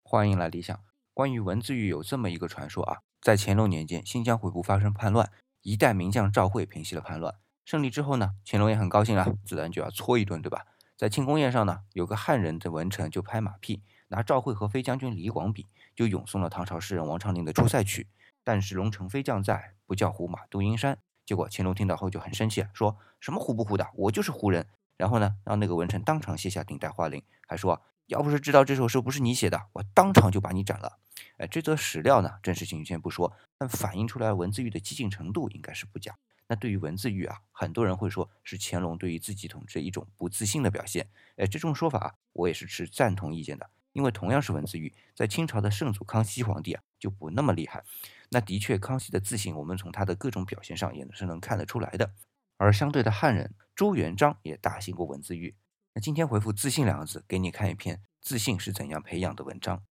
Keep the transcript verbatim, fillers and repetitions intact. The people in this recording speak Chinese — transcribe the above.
欢迎来理想。关于文字狱有这么一个传说啊，在乾隆年间，新疆回部发生叛乱，一代名将赵惠平息了叛乱。胜利之后呢，乾隆也很高兴了，自然就要搓一顿，对吧？在庆功宴上呢，有个汉人的文臣就拍马屁，拿赵惠和飞将军李广比，就咏诵了唐朝诗人王昌龄的《出塞曲》。但是龙城飞将在，不教胡马度阴山。结果乾隆听到后就很生气，说什么胡不胡的，我就是胡人。然后呢，让那个文臣当场卸下顶戴花翎，还说要不是知道这首诗不是你写的，我当场就把你斩了。哎，这则史料呢，真实性先不说，但反映出来文字狱的激进程度应该是不假。那对于文字狱啊，很多人会说是乾隆对于自己统治一种不自信的表现。哎，这种说法啊，我也是持赞同意见的。因为同样是文字狱，在清朝的圣祖康熙皇帝啊，就不那么厉害。那的确，康熙的自信，我们从他的各种表现上也是能看得出来的。而相对的汉人朱元璋也大兴过文字狱。那今天回复自信两个字，给你看一篇自信是怎样培养的文章。